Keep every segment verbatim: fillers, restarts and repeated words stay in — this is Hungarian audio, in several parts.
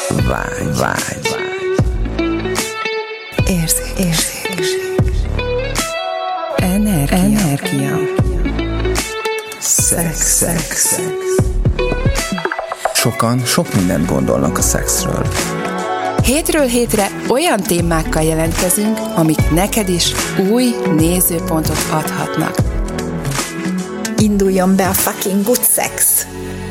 Vágy, vágy, vágy. Érzék, érzék. Energia. Energia. Szex, szex, szex. Sokan sok mindent gondolnak a szexről. Hétről hétre olyan témákkal jelentkezünk, amik neked is új nézőpontot adhatnak. Induljon be a fucking good sex!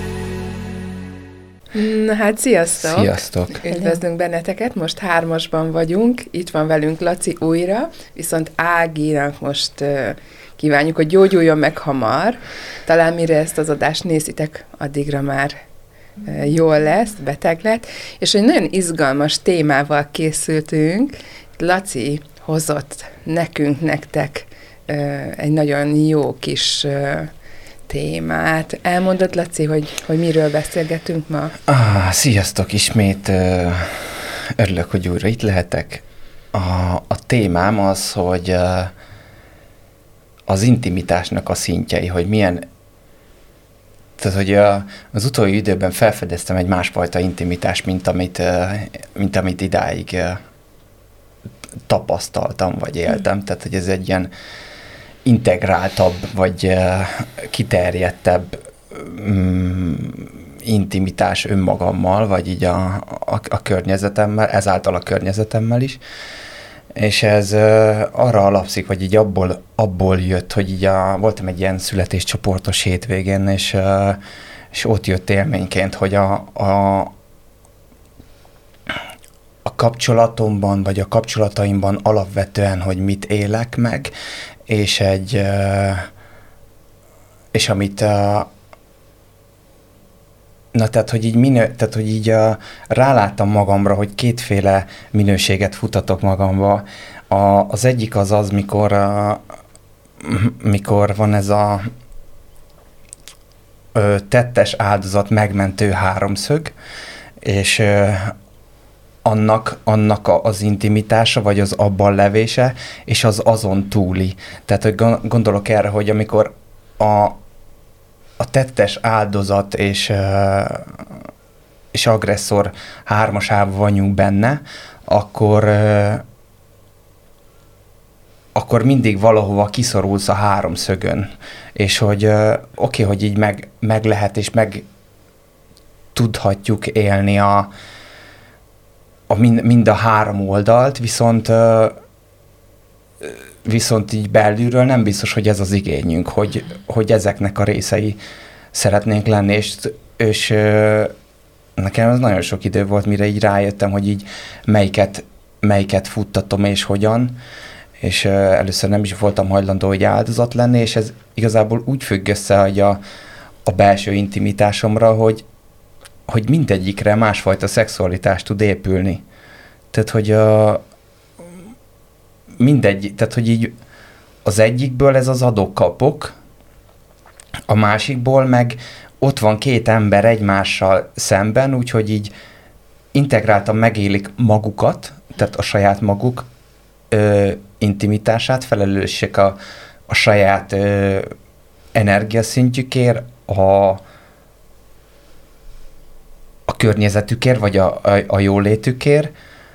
Na hát, sziasztok! Sziasztok! Üdvözlünk benneteket, most hármasban vagyunk, itt van velünk Laci újra, viszont Áginak most uh, kívánjuk, hogy gyógyuljon meg hamar. Talán mire ezt az adást nézitek, addigra már uh, jól lesz, beteg lett, és egy nagyon izgalmas témával készültünk. Laci hozott nekünk, nektek uh, egy nagyon jó kis uh, témát. Elmondod, Laci, hogy, hogy miről beszélgetünk ma? Ah, sziasztok ismét! Örülök, hogy újra itt lehetek. A, a témám az, hogy az intimitásnak a szintjei, hogy milyen... Tehát, hogy az utóbbi időben felfedeztem egy másfajta intimitást, mint amit, mint amit idáig tapasztaltam, vagy éltem. Tehát, hogy ez egy ilyen integráltabb, vagy uh, kiterjedtebb um, intimitás önmagammal, vagy így a, a, a környezetemmel, ezáltal a környezetemmel is. És ez uh, arra alapszik, hogy így abból, abból jött, hogy így a, voltam egy ilyen születéscsoportos hétvégén, és, uh, és ott jött élményként, hogy a, a, a kapcsolatomban, vagy a kapcsolataimban alapvetően, hogy mit élek meg, és egy, és amit, na tehát, hogy így, minő, tehát, hogy így ráláttam magamra, hogy kétféle minőséget futatok magamba. A, az egyik az az, mikor, mikor van ez a tettes áldozat megmentő háromszög, és annak, annak az intimitása, vagy az abban levése, és az azon túli. Tehát, hogy gondolok erre, hogy amikor a, a tettes áldozat és, és agresszor hármasában vagyunk benne, akkor, akkor mindig valahova kiszorulsz a háromszögön. És hogy oké, okay, hogy így meg, meg lehet, és meg tudhatjuk élni a A mind, mind a három oldalt, viszont, viszont így belülről nem biztos, hogy ez az igényünk, hogy, hogy ezeknek a részei szeretnénk lenni, és, és nekem ez nagyon sok idő volt, mire így rájöttem, hogy így melyiket, melyiket futtatom és hogyan, és először nem is voltam hajlandó, hogy áldozat lenni, és ez igazából úgy függ össze, hogy a, a belső intimitásomra, hogy hogy mindegyikre másfajta szexualitást tud épülni. Tehát, hogy a, mindegy, tehát, hogy így az egyikből ez az adok-kapok, a másikból meg ott van két ember egymással szemben, úgyhogy így integráltan megélik magukat, tehát a saját maguk ö, intimitását, felelősek a, a saját ö, energiaszintjükért, a a környezetükért, vagy a, a, a jólétükért.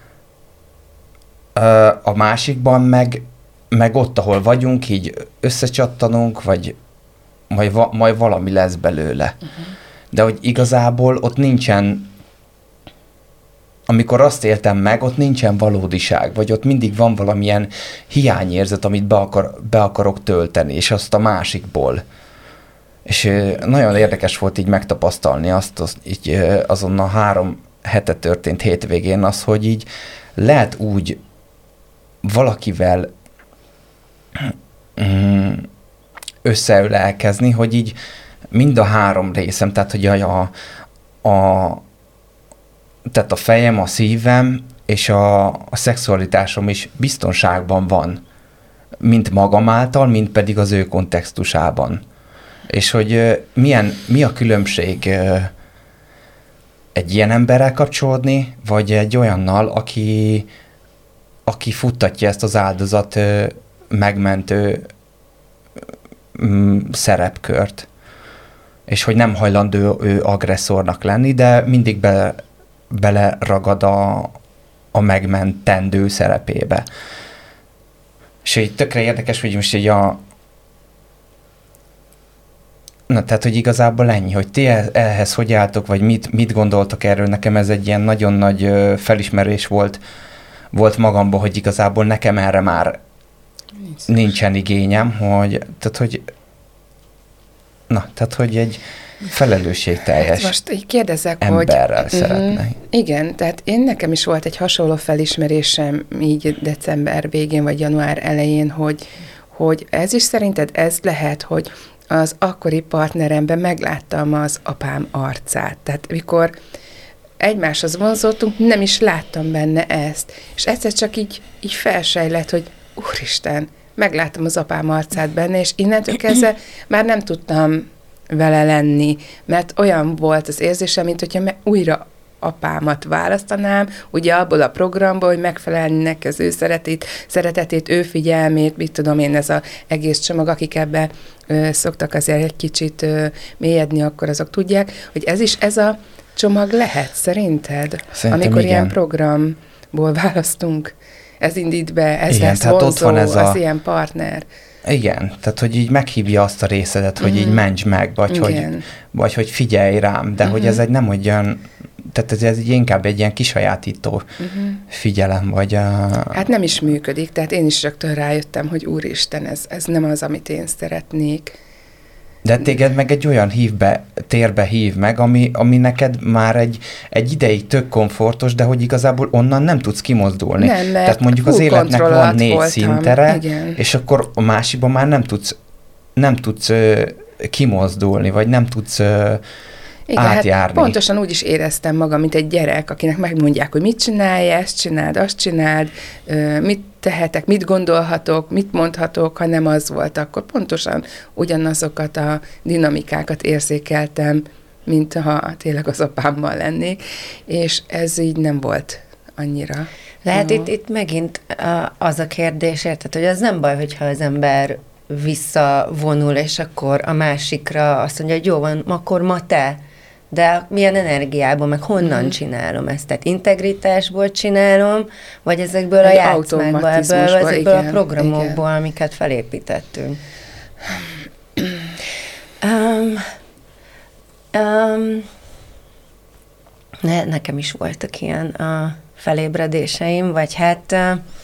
A másikban meg, meg ott, ahol vagyunk, így összecsattanunk, vagy majd, va, majd valami lesz belőle. Uh-huh. De hogy igazából ott nincsen, amikor azt éltem meg, ott nincsen valódiság, vagy ott mindig van valamilyen hiányérzet, amit be, akar, be akarok tölteni, és azt a másikból. És nagyon érdekes volt így megtapasztalni azt, az, így azon a három hete történt hétvégén az, hogy így lehet úgy valakivel összeölelkezni, hogy így mind a három részem, tehát hogy a, a, a, tehát a fejem, a szívem és a, a szexualitásom is biztonságban van, mint magam által, mint pedig az ő kontextusában. És hogy milyen, mi a különbség egy ilyen emberrel kapcsolódni, vagy egy olyannal, aki, aki futtatja ezt az áldozat megmentő szerepkört. És hogy nem hajlandó ő agresszornak lenni, de mindig be, beleragad a, a megmentendő szerepébe. És így tökre érdekes, hogy most így a Na, tehát, hogy igazából ennyi, hogy ti ehhez hogy álltok, vagy mit, mit gondoltok erről, nekem ez egy ilyen nagyon nagy felismerés volt, volt magamban, hogy igazából nekem erre már Nincs. nincsen igényem, hogy, tehát, hogy na, tehát, hogy egy felelősségteljes hát most így kérdezek, emberrel hogy, szeretne. Uh-huh, igen, tehát én nekem is volt egy hasonló felismerésem így december végén, vagy január elején, hogy, hogy ez is szerinted ez lehet, hogy az akkori partneremben megláttam az apám arcát. Tehát mikor egymáshoz vonzottunk, nem is láttam benne ezt. És egyszer csak így, így felsejlett, hogy úristen, megláttam az apám arcát benne, és innentől kezdve már nem tudtam vele lenni, mert olyan volt az érzésem, mint hogyha újra apámat választanám, ugye abból a programból, hogy megfelelni neki az ő szeretét, szeretetét, ő figyelmét, mit tudom én, ez az egész csomag, akik ebbe ö, szoktak azért egy kicsit ö, mélyedni, akkor azok tudják, hogy ez is ez a csomag lehet, szerinted? Szerintem amikor igen. ilyen programból választunk, ez indít be, ez Igen, lesz tehát vonzó, ott van ez a- az ilyen partner. Igen, tehát hogy így meghívja azt a részedet, hogy így Mhm. menj meg, vagy hogy, Igen. vagy hogy figyelj rám, de hogy Mhm. ez egy nem olyan, tehát ez, ez így inkább egy ilyen kisajátító Uh-huh. figyelem, vagy a... Hát nem is működik, tehát én is rögtön rájöttem, hogy úristen, ez, ez nem az, amit én szeretnék. De téged meg egy olyan hívbe, térbe hív meg, ami, ami neked már egy, egy ideig tök komfortos, de hogy igazából onnan nem tudsz kimozdulni. Nem, mert Tehát mondjuk az full életnek kontroll van alatt négy voltam. szintere, Igen. és akkor a másikban már nem tudsz, nem tudsz ö, kimozdulni, vagy nem tudsz ö, Igen, átjárni. hát pontosan úgy is éreztem magam, mint egy gyerek, akinek megmondják, hogy mit csinálj, ezt csináld, azt csináld, ö, mit tehetek, mit gondolhatok, mit mondhatok, ha nem az volt, akkor pontosan ugyanazokat a dinamikákat érzékeltem, mint ha tényleg az apámmal lennék, és ez így nem volt annyira. Lehet jó. itt, itt megint a- az a kérdés, érted, hogy az nem baj, hogyha az ember visszavonul, és akkor a másikra azt mondja, hogy jó van, akkor ma te, de milyen energiából, meg honnan Mhm. csinálom ezt? Tehát integritásból csinálom, vagy ezekből a Egy játszmákból, ebből, automatizmusból, ezekből igen, a programokból, igen. amiket felépítettünk. Um, um, ne, nekem is voltak ilyen a felébredéseim, vagy hát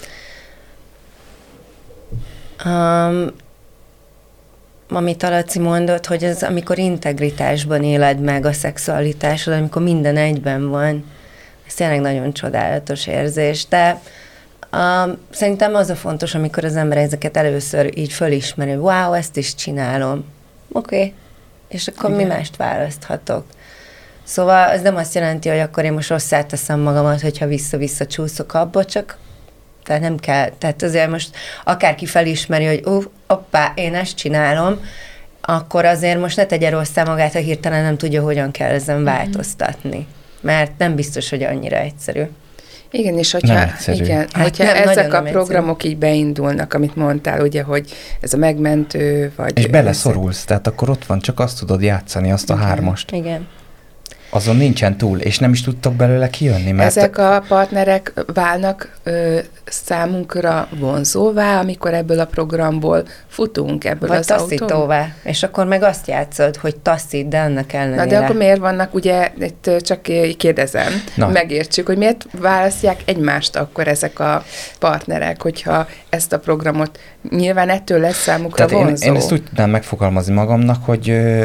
uh, um, amit a Laci mondott, hogy az, amikor integritásban éled meg a szexualitásod, amikor minden egyben van, ez tényleg nagyon csodálatos érzés, de um, szerintem az a fontos, amikor az ember ezeket először így fölismeri, hogy wow, ezt is csinálom. Oké, okay. És akkor Igen. mi mást választhatok? Szóval ez nem azt jelenti, hogy akkor én most rosszát teszem magamat, hogyha vissza-vissza csúszok abba, csak tehát nem kell, tehát azért most akárki felismeri, hogy ó, oppá, én ezt csinálom, akkor azért most ne tegye rosszá magát, ha hirtelen nem tudja, hogyan kell ezen változtatni. Mert nem biztos, hogy annyira egyszerű. Igen, és hogyha, Nem egyszerű. igen, Hát hogyha nem, ezek nagyon a nem programok így beindulnak, amit mondtál, ugye, hogy ez a megmentő, vagy... És beleszorulsz, tehát akkor ott van, csak azt tudod játszani, azt a Igen. hármast. Igen. Azon nincsen túl, és nem is tudtok belőle kijönni, mert... Ezek a partnerek válnak ö, számunkra vonzóvá, amikor ebből a programból futunk, ebből Vagy az autón. taszítóvá. És akkor meg azt játszod, hogy taszít, de annak ellenére. Na de akkor miért vannak, ugye, itt ö, csak kérdezem, Na. megértsük, hogy miért választják egymást akkor ezek a partnerek, hogyha ezt a programot nyilván ettől lesz számukra Tehát én, vonzó. én ezt úgy tudnám megfogalmazni magamnak, hogy ö,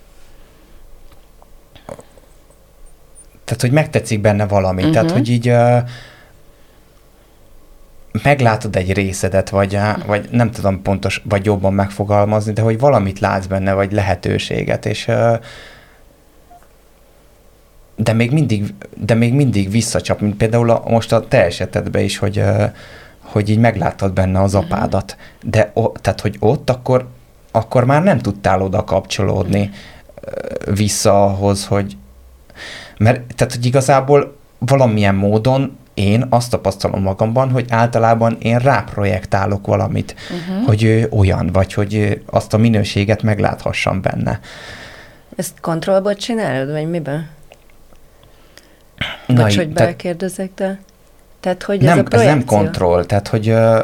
tehát, hogy megtetszik benne valami. Uh-huh. Tehát, hogy így ö, meglátod egy részedet, vagy, uh, vagy nem tudom pontos, vagy jobban megfogalmazni, de hogy valamit látsz benne, vagy lehetőséget, és ö, de még mindig, de még mindig visszacsap, mint például a, most a te esetedben is, hogy, ö, hogy így megláttad benne az apádat. De o, tehát, hogy ott akkor, akkor már nem tudtál oda kapcsolódni ö, vissza ahhoz, hogy mert tehát, hogy igazából valamilyen módon én azt tapasztalom magamban, hogy általában én ráprojektálok valamit, uh-huh. hogy ő olyan, vagy hogy ő azt a minőséget megláthassam benne. Ezt kontrollból csinálod, vagy miben? Vagy Na, hogy tehát belekérdezek, de... Tehát, hogy nem, ez a projekció? ez nem kontroll, tehát, hogy ö,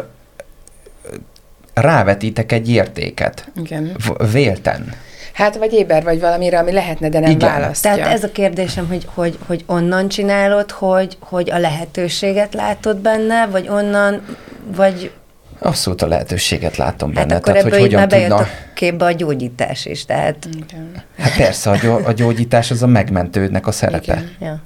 rávetítek egy értéket. Igen. V- vélten. Hát, vagy éber vagy valamire, ami lehetne, de nem Igen. választja. Tehát ez a kérdésem, hogy, hogy, hogy onnan csinálod, hogy, hogy a lehetőséget látod benne, vagy onnan, vagy... Abszolút a lehetőséget látom benne. Hát akkor tehát, ebből hogy így már hogyan bejött tudna... a képbe a gyógyítás is, tehát... Igen. Hát persze, a, gyó, a gyógyítás az a megmentődnek a szerepe. Igen. Ja.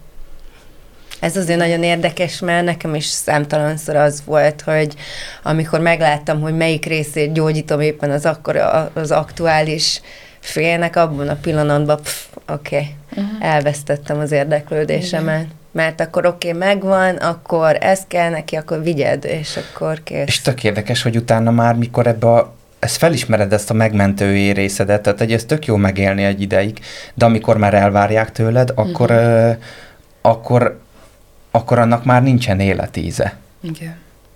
Ez azért nagyon érdekes, mert nekem is számtalanszor az volt, hogy amikor megláttam, hogy melyik részét gyógyítom éppen az, akkor az aktuális félnek, abban a pillanatban, oké, okay, uh-huh. elvesztettem az érdeklődésemet. Igen. Mert akkor oké, okay, megvan, akkor ez kell neki, akkor vigyed, és akkor kész. És tök érdekes, hogy utána már, mikor ebbe a, ezt felismered, ezt a megmentői részedet, tehát egy ez tök jó megélni egy ideig, de amikor már elvárják tőled, akkor, uh-huh. uh, akkor, akkor annak már nincsen életíze. Igen.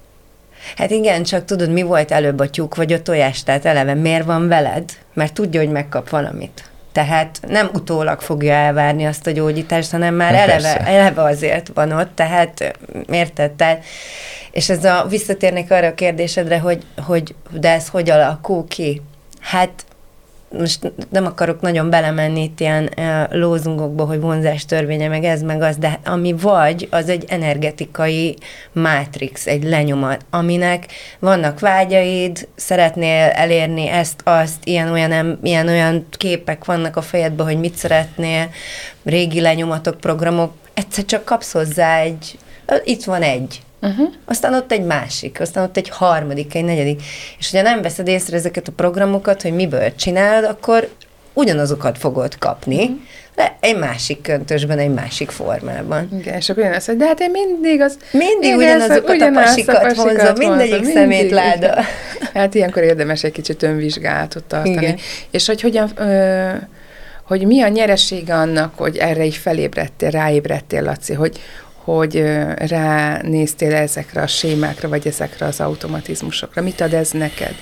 Hát igen, csak tudod, mi volt előbb a tyúk vagy a tojás, tehát eleve miért van veled? Mert tudja, hogy megkap valamit. Tehát nem utólag fogja elvárni azt a gyógyítást, hanem már hát eleve, eleve azért van ott, tehát érted? Tehát, és ez a, visszatérnék arra a kérdésedre, hogy, hogy de ez hogy alakul ki? Hát most nem akarok nagyon belemenni itt ilyen uh, lózungokba, hogy vonzás törvénye, meg ez, meg az, de ami vagy, az egy energetikai mátrix, egy lenyomat, aminek vannak vágyaid, szeretnél elérni ezt, azt, ilyen-olyan, ilyen-olyan képek vannak a fejedben, hogy mit szeretnél, régi lenyomatok, programok, egyszer csak kapsz hozzá egy, itt van egy. Uh-huh. Aztán ott egy másik, aztán ott egy harmadik, egy negyedik. És hogyha nem veszed észre ezeket a programokat, hogy miből csinálod, akkor ugyanazokat fogod kapni, uh-huh. de egy másik köntösben, egy másik formában. Igen, és akkor jön az, hogy de hát én mindig az... Mindig ugyanazokat a pasikat vonzom, mindegyik szemétláda. Hát ilyenkor érdemes egy kicsit önvizsgálatot tartani. Igen. És hogy hogyan... Ö, hogy mi a nyeresége annak, hogy erre így felébredtél, ráébredtél, Laci, hogy hogy ránéztél ezekre a sémákra, vagy ezekre az automatizmusokra. Mit ad ez neked?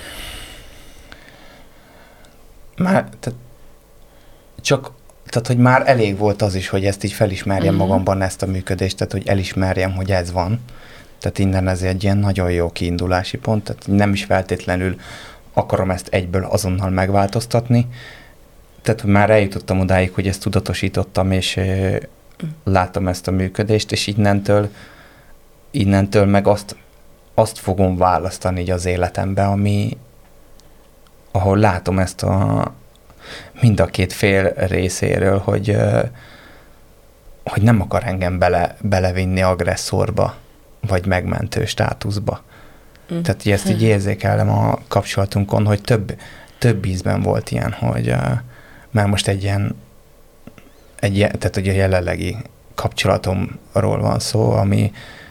Már, tehát csak, tehát, hogy már elég volt az is, hogy ezt így felismerjem uh-huh. magamban, ezt a működést, tehát, hogy elismerjem, hogy ez van. Tehát innen ez egy ilyen nagyon jó kiindulási pont, tehát nem is feltétlenül akarom ezt egyből azonnal megváltoztatni. Tehát, hogy már eljutottam odáig, hogy ezt tudatosítottam, és látom ezt a működést, és innentől, innentől meg azt, azt fogom választani így az életembe, ami, ahol látom ezt a mind a két fél részéről, hogy, hogy nem akar engem bele, belevinni agresszorba, vagy megmentő státuszba. Mm. Tehát ezt így érzékelem a kapcsolatunkon, hogy több, több ízben volt ilyen, hogy már most egy ilyen Egy, tehát ugye a jelenlegi kapcsolatomról van szó, ami,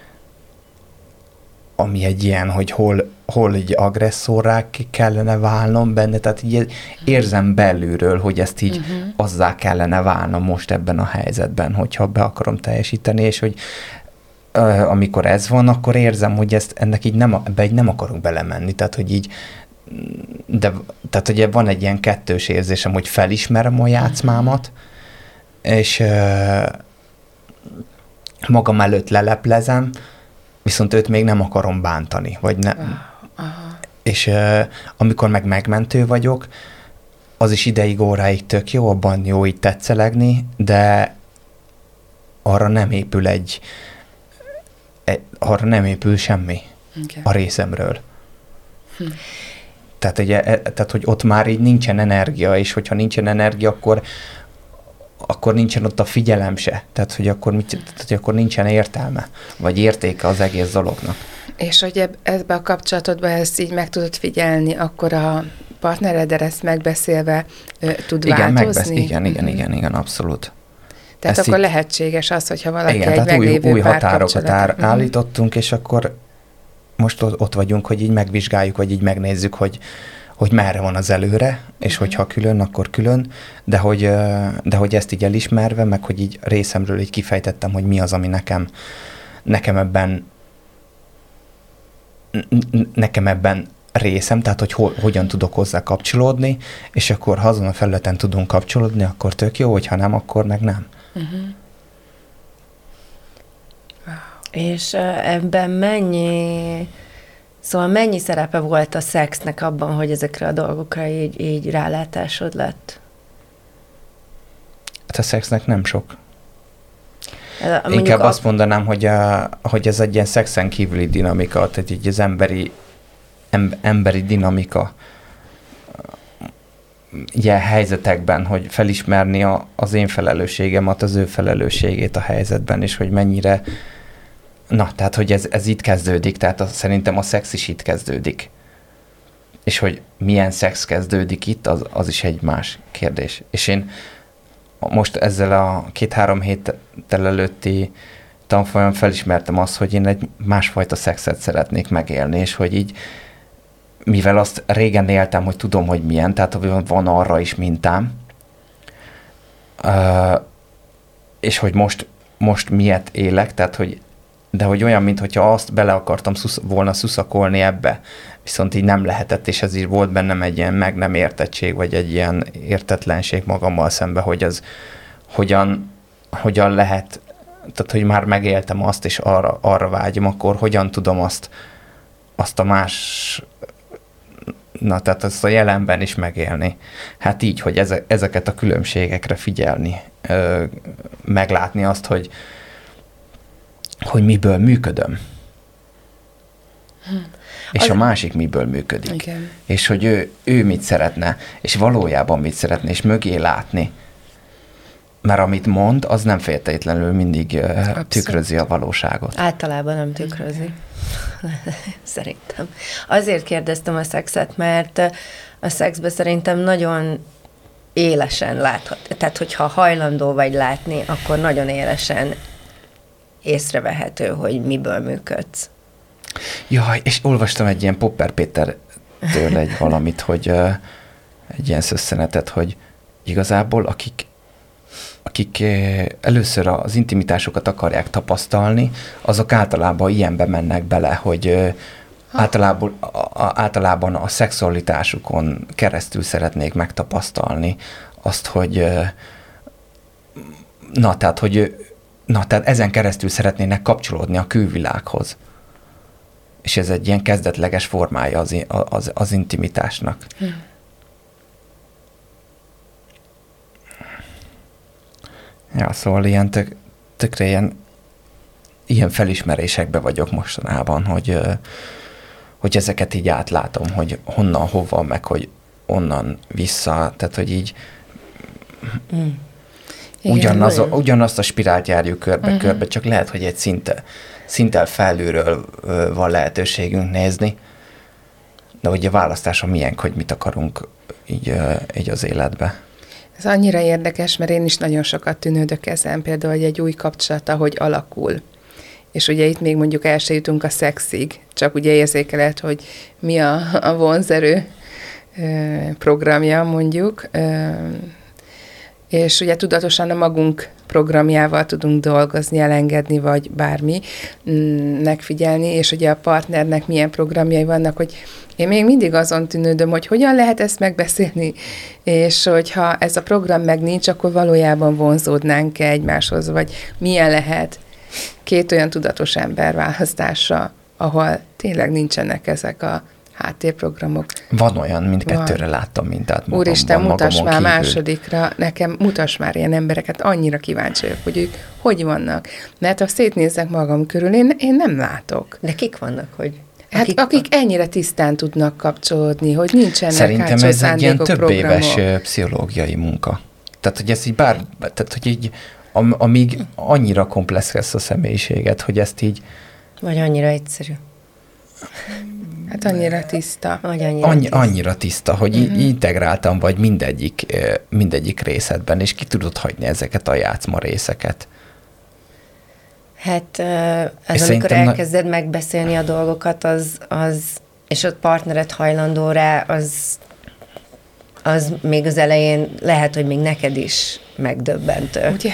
ami egy ilyen, hogy hol, hol így agresszorrá kellene válnom benne, tehát így érzem belülről, hogy ezt így uh-huh. azzá kellene válnom most ebben a helyzetben, hogyha be akarom teljesíteni, és hogy uh, amikor ez van, akkor érzem, hogy ezt, ennek így nem, ebbe így nem akarok belemenni, tehát hogy így de tehát ugye van egy ilyen kettős érzésem, hogy felismerem a játszmámat, és uh, magam előtt leleplezem, viszont őt még nem akarom bántani, vagy ne. Aha. És uh, amikor meg megmentő vagyok, az is ideig, óráig tök jó, abban jó így tetszelegni, de arra nem épül egy, egy arra nem épül semmi okay. a részemről. Hm. Tehát, ugye, tehát, hogy ott már így nincsen energia, és hogyha nincsen energia, akkor akkor nincsen ott a figyelem se. Tehát, hogy akkor, mit, tehát, hogy akkor nincsen értelme, vagy értéke az egész dolognak. És hogy eb- ebbe a kapcsolatodban ezt így meg tudod figyelni, akkor a partnereddel ezt megbeszélve ö, tud igen, változni? Megbesz- igen, igen, uh-huh. igen, igen, abszolút. Tehát ezt akkor így, lehetséges az, hogyha valaki igen, egy tehát meglévő új, új határokat áll, uh-huh. állítottunk, és akkor most ott vagyunk, hogy így megvizsgáljuk, vagy így megnézzük, hogy hogy merre van az előre, és uh-huh. hogyha külön, akkor külön, de hogy, de hogy ezt így elismerve, meg hogy így részemről így kifejtettem, hogy mi az, ami nekem, nekem ebben nekem ebben részem, tehát hogy ho, hogyan tudok hozzá kapcsolódni, és akkor ha azon a felületen tudunk kapcsolódni, akkor tök jó, hogyha nem, akkor meg nem. Uh-huh. És ebben mennyi, szóval mennyi szerepe volt a szexnek abban, hogy ezekre a dolgokra így, így rálátásod lett? Hát a szexnek nem sok. Mondjuk Inkább a... azt mondanám, hogy, a, hogy ez egy ilyen szexen kívüli dinamika, tehát így az emberi, em, emberi dinamika ilyen helyzetekben, hogy felismerni a, az én felelősségemet, az ő felelősségét a helyzetben, és hogy mennyire, na, tehát, hogy ez, ez itt kezdődik, tehát a, szerintem a szex is itt kezdődik. És hogy milyen szex kezdődik itt, az, az is egy más kérdés. És én most ezzel a két-három héttel előtti tanfolyamon felismertem azt, hogy én egy másfajta szexet szeretnék megélni, és hogy így, mivel azt régen éltem, hogy tudom, hogy milyen, tehát van arra is mintám, uh, és hogy most, most miért élek, tehát hogy, de hogy olyan, mintha azt bele akartam szusz, volna szuszakolni ebbe, viszont így nem lehetett, és ez így volt bennem egy ilyen meg nem értettség, vagy egy ilyen értetlenség magammal szembe, hogy az hogyan, hogyan lehet, tehát hogy már megéltem azt, és arra, arra vágyom, akkor hogyan tudom azt, azt a más, na tehát azt a jelenben is megélni. Hát így, hogy eze, ezeket a különbségekre figyelni, ö, meglátni azt, hogy, hogy miből működöm. Hm. És az... a másik miből működik. Igen. És hogy ő, ő mit szeretne, és valójában mit szeretne, és mögé látni. Mert amit mond, az nem feltétlenül mindig Abszolút. tükrözi a valóságot. Általában nem tükrözi. Szerintem. Azért kérdeztem a szexet, mert a szexben szerintem nagyon élesen láthat. Tehát, hogyha hajlandó vagy látni, akkor nagyon élesen észrevehető, hogy miből működsz. Jaj, és olvastam egy ilyen Popper Pétertől egy valamit, hogy uh, egy ilyen szösszenetet, hogy igazából akik, akik uh, először az intimitásokat akarják tapasztalni, azok általában ilyenbe mennek bele, hogy uh, általában, a, a, általában a szexualitásukon keresztül szeretnék megtapasztalni azt, hogy uh, na, tehát, hogy na, tehát ezen keresztül szeretnének kapcsolódni a külvilághoz. És ez egy ilyen kezdetleges formája az, az, az intimitásnak. Hm. Ja, szóval ilyen tök, tökre ilyen, ilyen felismerésekbe vagyok mostanában, hogy, hogy ezeket így átlátom, hogy honnan, hova, meg hogy onnan vissza, tehát hogy így hm. ugyanaz, ugyanazt a spirált járjuk körbe-körbe, uh-huh. csak lehet, hogy egy szinte szinttel felülről van lehetőségünk nézni, de ugye a választása milyen, hogy mit akarunk így, így az életbe. Ez annyira érdekes, mert én is nagyon sokat tűnődök ezen, például, hogy egy új kapcsolat, ahogy alakul. És ugye itt még mondjuk el se jutunk a szexig, csak ugye érzékeled, hogy mi a, a vonzerő programja, mondjuk, és ugye tudatosan a magunk programjával tudunk dolgozni, elengedni, vagy bármi, megfigyelni, és ugye a partnernek milyen programjai vannak, hogy én még mindig azon tűnődöm, hogy hogyan lehet ezt megbeszélni, és hogyha ez a program meg nincs, akkor valójában vonzódnánk-e egymáshoz, vagy milyen lehet két olyan tudatos ember választása, ahol tényleg nincsenek ezek a háttérprogramok. Van olyan, mindkettőre láttam mintát magamban. Úristen, mutass már kívül. Másodikra, nekem mutass már ilyen embereket, annyira kíváncsi vagyok, hogy ők hogy vannak. Mert ha szétnézek magam körül, én, én nem látok. De kik vannak, hogy... Hát akik, akik ennyire tisztán tudnak kapcsolódni, hogy nincsenek Szerintem ez egy ilyen több programok. éves pszichológiai munka. Tehát, hogy ez így bár, tehát, hogy így, am, amíg annyira komplex lesz a személyiséget, hogy ezt így... Vagy annyira egyszerű. Hát annyira tiszta. Vagy annyira, Annyi, tiszta. annyira tiszta, hogy uh-huh. integráltam vagy mindegyik, mindegyik részedben, és ki tudod hagyni ezeket a játszma részeket. Hát ez, amikor elkezded na... megbeszélni a dolgokat, az, az, és a partnered hajlandó rá, az, az még az elején lehet, hogy még neked is megdöbbentő. Ugye?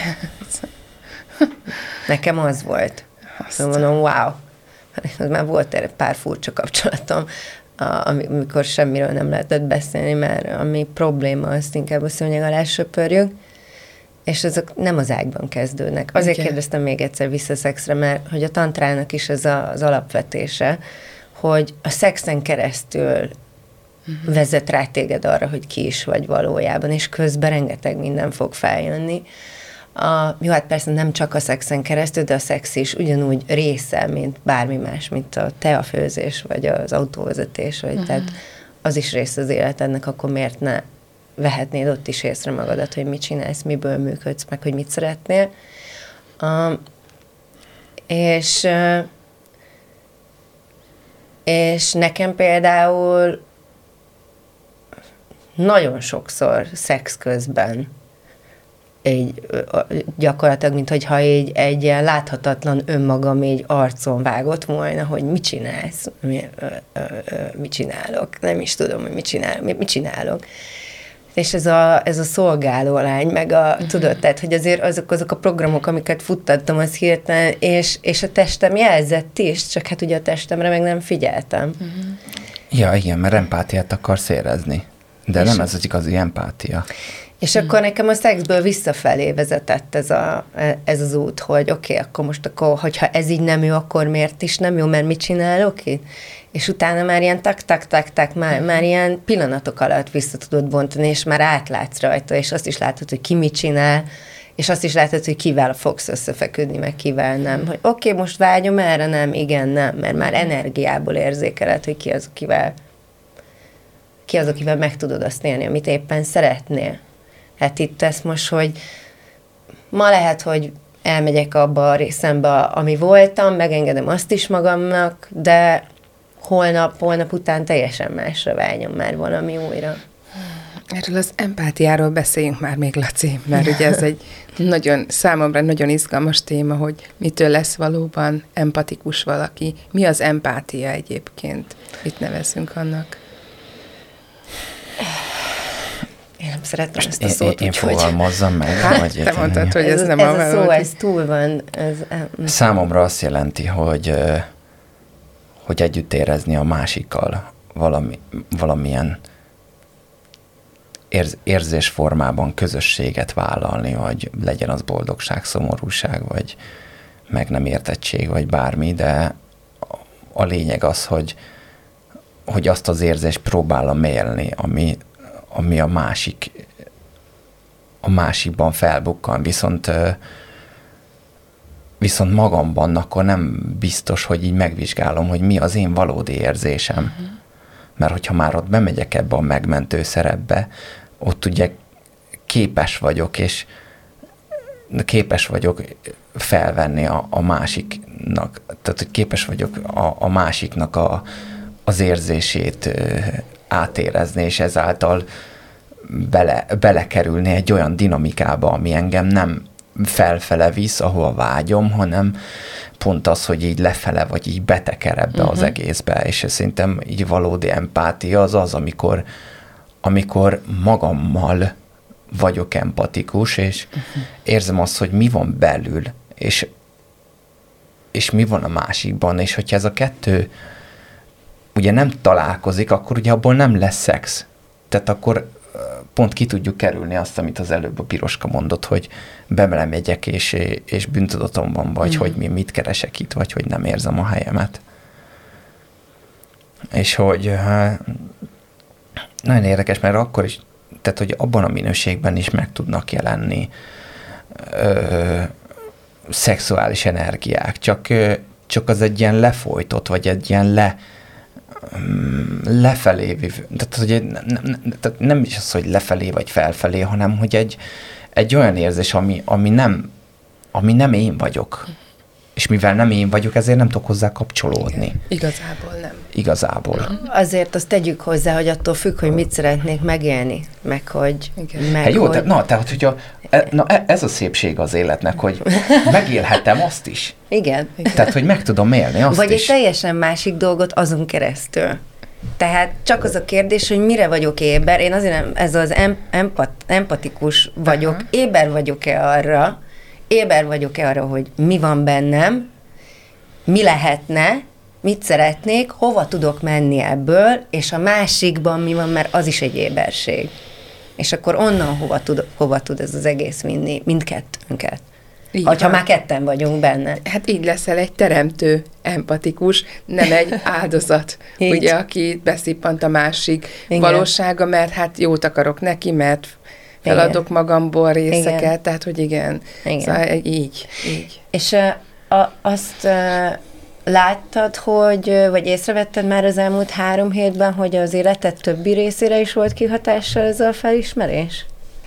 Nekem az volt. Aztán mondom, wow. Már volt egy pár furcsa kapcsolatom, amikor semmiről nem lehetett beszélni, mert ami probléma, azt inkább a szőnyeg alá söpörjük. és ezek nem az ágyban kezdődnek. Azért okay. kérdeztem még egyszer vissza szexre, mert hogy a tantrának is ez a, az alapvetése, hogy a szexen keresztül uh-huh. vezet rá téged arra, hogy ki is vagy valójában, és közben rengeteg minden fog feljönni. A, jó, hát persze nem csak a szexen keresztül, de a szex is ugyanúgy része, mint bármi más, mint a teafőzés, vagy az autóvezetés, vagy uh-huh. tehát az is része az életednek, akkor miért ne vehetnéd ott is észre magadat, hogy mit csinálsz, miből működsz, meg hogy mit szeretnél. Um, és, uh, és nekem például nagyon sokszor szex közben így gyakorlatilag, mint hogyha így egy ilyen láthatatlan önmagam így arcon vágott volna, hogy mit csinálsz, mi, ö, ö, ö, mit csinálok, nem is tudom, hogy mit csinálok, mit, mit csinálok. És ez a, ez a szolgáló lány, meg a, uh-huh. tudod, tehát, hogy azért azok, azok a programok, amiket futtattam, az hirtelen, és, és a testem jelzett is, csak hát ugye a testemre meg nem figyeltem. Uh-huh. Ja, igen, mert empátiát akarsz érezni, de és nem ez az igazi empátia. És hmm. akkor nekem a szexből visszafelé vezetett ez, a, ez az út, hogy oké, okay, akkor most akkor, hogyha ez így nem jó, akkor miért is nem jó, mert mit csinálok itt? És utána már ilyen tak-tak-tak-tak, már, már ilyen pillanatok alatt vissza tudod bontani, és már átlátsz rajta, és azt is látod, hogy ki mit csinál, és azt is látod, hogy kivel fogsz összefeküdni, meg kivel nem. Hogy oké, okay, most vágyom erre, nem, igen, nem, mert már energiából érzékeled, hogy ki az, akivel, ki az, akivel meg tudod azt élni, amit éppen szeretnél. Hát itt ezt most, hogy ma lehet, hogy elmegyek abba a részembe, ami voltam, megengedem azt is magamnak, de holnap, holnap után teljesen másra vágyom már valami újra. Erről az empátiáról beszéljünk már még, Laci, mert ugye ez egy nagyon, számomra nagyon izgalmas téma, hogy mitől lesz valóban empatikus valaki. Mi az empátia egyébként? Mit nevezünk annak? Én nem szeretem ezt a szót, Én, én fogalmazzam meg. Hát, vagy te mondtad, hogy ez, ez nem ez a... Ez a szó, ez túl van. Ez, Számomra azt jelenti, hogy, hogy együtt érezni a másikkal valami, valamilyen érz, érzésformában közösséget vállalni, vagy legyen az boldogság, szomorúság, vagy meg nem értettség, vagy bármi, de a lényeg az, hogy, hogy azt az érzést próbálom élni, ami ami a másik, a másikban felbukkan, viszont, viszont magamban akkor nem biztos, hogy így megvizsgálom, hogy mi az én valódi érzésem. Uh-huh. Mert hogyha már ott bemegyek ebbe a megmentő szerepbe, ott ugye képes vagyok, és képes vagyok felvenni a, a másiknak, tehát hogy képes vagyok a, a másiknak a, az érzését átérezni, és ezáltal bele, belekerülni egy olyan dinamikába, ami engem nem felfele visz, ahol vágyom, hanem pont az, hogy így lefele, vagy így beteker ebbe uh-huh. az egészbe, és szerintem így valódi empátia az az, amikor, amikor magammal vagyok empatikus, és uh-huh. érzem azt, hogy mi van belül, és, és mi van a másikban, és hogyha ez a kettő ugye nem találkozik, akkor ugye abból nem lesz szex. Tehát akkor pont ki tudjuk kerülni azt, amit az előbb a Piroska mondott, hogy bemelemegyek, és, és bűntudatomban vagy, mm. hogy mi mit keresek itt, vagy hogy nem érzem a helyemet. És hogy nagyon érdekes, mert akkor is, tehát hogy abban a minőségben is meg tudnak jelenni ö, szexuális energiák, csak, csak az egy ilyen lefolytott, vagy egy ilyen le lefelé, tehát, hogy nem, nem, tehát nem is az, hogy lefelé vagy felfelé, hanem hogy egy, egy olyan érzés, ami, ami, nem, ami nem én vagyok. És mivel nem én vagyok, ezért nem tudok hozzá kapcsolódni. Igen. Igazából nem. Igazából. Azért azt tegyük hozzá, hogy attól függ, hogy mit szeretnék megélni, meg hogy... Meg hát jó, hogy... Te, na, tehát hogyha, na, ez a szépség az életnek, hogy megélhetem azt is. Igen. Tehát, hogy meg tudom élni azt Vagy is. egy teljesen másik dolgot azon keresztül. Tehát csak az a kérdés, hogy mire vagyok éber. Én azért nem, ez az empat, empatikus vagyok. Uh-huh. Éber vagyok-e arra, éber vagyok-e arra, hogy mi van bennem, mi lehetne, mit szeretnék, hova tudok menni ebből, és a másikban mi van, mert az is egy éberség. És akkor onnan hova tud, hova tud ez az egész vinni mindkettőnket? Így ha van. már ketten vagyunk benne. Hát így leszel egy teremtő, empatikus, nem egy áldozat, Így. ugye, aki beszippant a másik Igen. valósága, mert hát jót akarok neki, mert feladok Igen. magamból részeket, Igen. tehát, hogy igen. Igen. Szóval így, így. És uh, a, azt uh, láttad, hogy, uh, vagy észrevetted már az elmúlt három hétben, hogy az életed többi részére is volt kihatással ez a felismerés?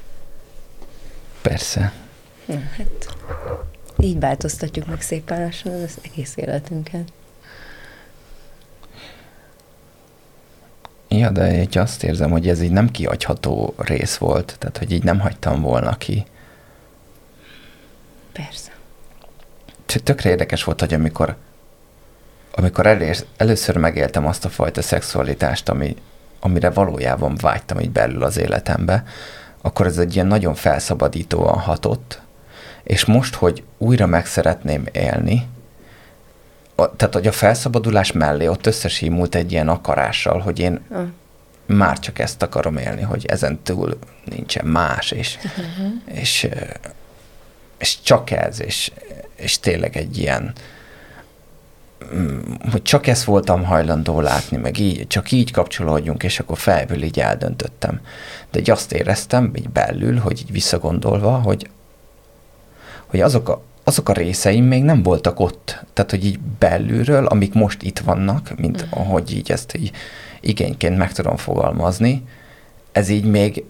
Persze. Na, hát így változtatjuk meg szépen lassan az egész életünket. Ja, de így azt érzem, hogy ez így nem kihagyható rész volt, tehát hogy így nem hagytam volna ki. Persze. Tökre érdekes volt, hogy amikor, amikor elér, először megéltem azt a fajta szexualitást, ami, amire valójában vágytam így belül az életembe, akkor ez egy ilyen nagyon felszabadítóan hatott, és most, hogy újra meg szeretném élni, a, tehát, hogy a felszabadulás mellé ott összesímult egy ilyen akarással, hogy én Ah. már csak ezt akarom élni, hogy ezen túl nincsen más, és, uh-huh. és, és csak ez, és, és tényleg egy ilyen, hogy csak ezt voltam hajlandó látni, meg így, csak így kapcsolódjunk, és akkor fejből így eldöntöttem. De így azt éreztem, így belül, hogy így visszagondolva, hogy, hogy azok a, azok a részeim még nem voltak ott. Tehát, hogy így belülről, amik most itt vannak, mint uh-huh. ahogy így ezt így igényként meg tudom fogalmazni, ez így még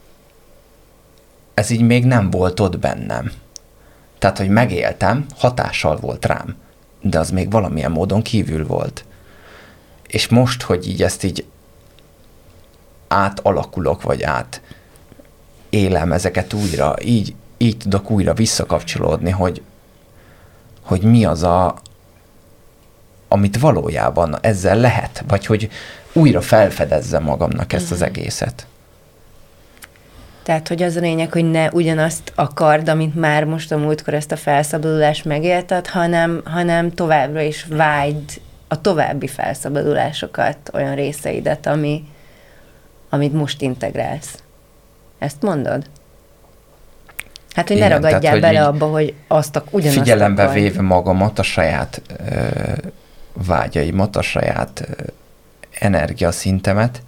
ez így még nem volt ott bennem. Tehát, hogy megéltem, hatással volt rám, de az még valamilyen módon kívül volt. És most, hogy így ezt így átalakulok, vagy át élem ezeket újra, így, így tudok újra visszakapcsolódni, hogy, hogy mi az a, amit valójában ezzel lehet, vagy hogy újra felfedezzem magamnak ezt az egészet. Tehát, hogy az a lényeg, hogy ne ugyanazt akard, amit már most a múltkor ezt a felszabadulást megélted, hanem, hanem továbbra is vágyd a további felszabadulásokat, olyan részeidet, ami, amit most integrálsz. Ezt mondod? Hát, hogy Igen, ne ragadjál tehát, hogy bele abba, hogy azt a, ugyanazt figyelembe akard. véve magamat, a saját ö, vágyaimat, a saját ö, energiaszintemet.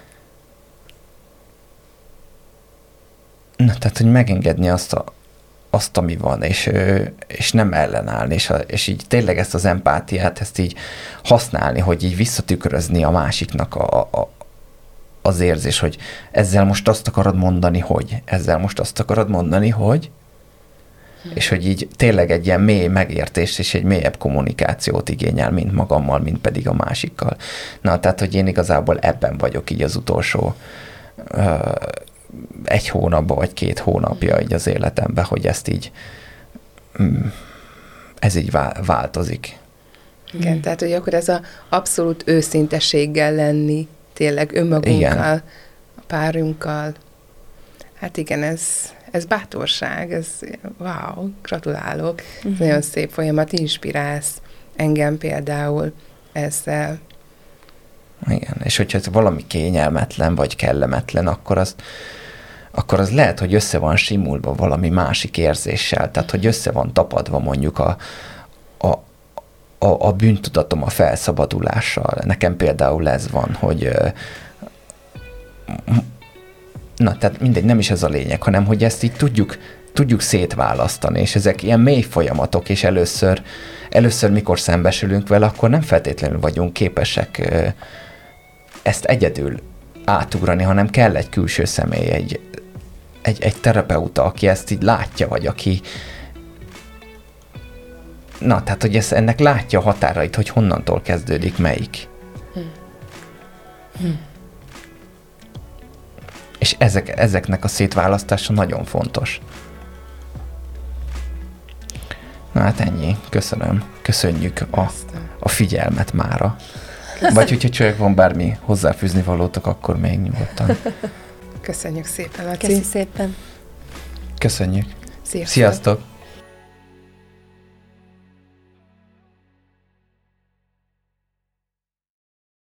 Na, tehát, hogy megengedni azt, a, azt ami van, és, ö, és nem ellenállni, és, a, és így tényleg ezt az empátiát, ezt így használni, hogy így visszatükrözni a másiknak a, a, az érzés, hogy ezzel most azt akarod mondani, hogy, ezzel most azt akarod mondani, hogy, hmm. és hogy így tényleg egy ilyen mély megértést és egy mélyebb kommunikációt igényel, mint magammal, mint pedig a másikkal. Na, tehát, hogy én igazából ebben vagyok így az utolsó ö, egy hónapban, vagy két hónapja így az életemben, hogy ezt így ez így változik. Igen, hmm. tehát, hogy akkor ez a abszolút őszinteséggel lenni, tényleg önmagunkkal, igen. a párunkkal. Hát igen, ez, ez bátorság, ez wow, gratulálok. Uh-huh. Ez nagyon szép folyamat, inspirálsz engem például ezzel. Igen, és hogyha ez valami kényelmetlen, vagy kellemetlen, akkor az, akkor az lehet, hogy össze van simulva valami másik érzéssel, tehát, hogy össze van tapadva mondjuk a, a, a, a bűntudatom a felszabadulással. Nekem például ez van, hogy na, tehát mindegy, nem is ez a lényeg, hanem, hogy ezt így tudjuk, tudjuk szétválasztani, és ezek ilyen mély folyamatok, és először, először mikor szembesülünk vele, akkor nem feltétlenül vagyunk képesek ezt egyedül átugrani, hanem kell egy külső személy, egy, egy, egy terapeuta, aki ezt így látja, vagy aki na, tehát, hogy ez, ennek látja a határait, hogy honnantól kezdődik melyik. Hmm. Hmm. És ezek, ezeknek a szétválasztása nagyon fontos. Na hát ennyi. Köszönöm. Köszönjük a, a figyelmet mára. Köszönjük. Vagy hogyha csak van bármi hozzáfűzni valótok, akkor még nyugodtan. Köszönjük szépen, Laci. Köszi szépen. Köszönjük. Sziasztok. Sziasztok.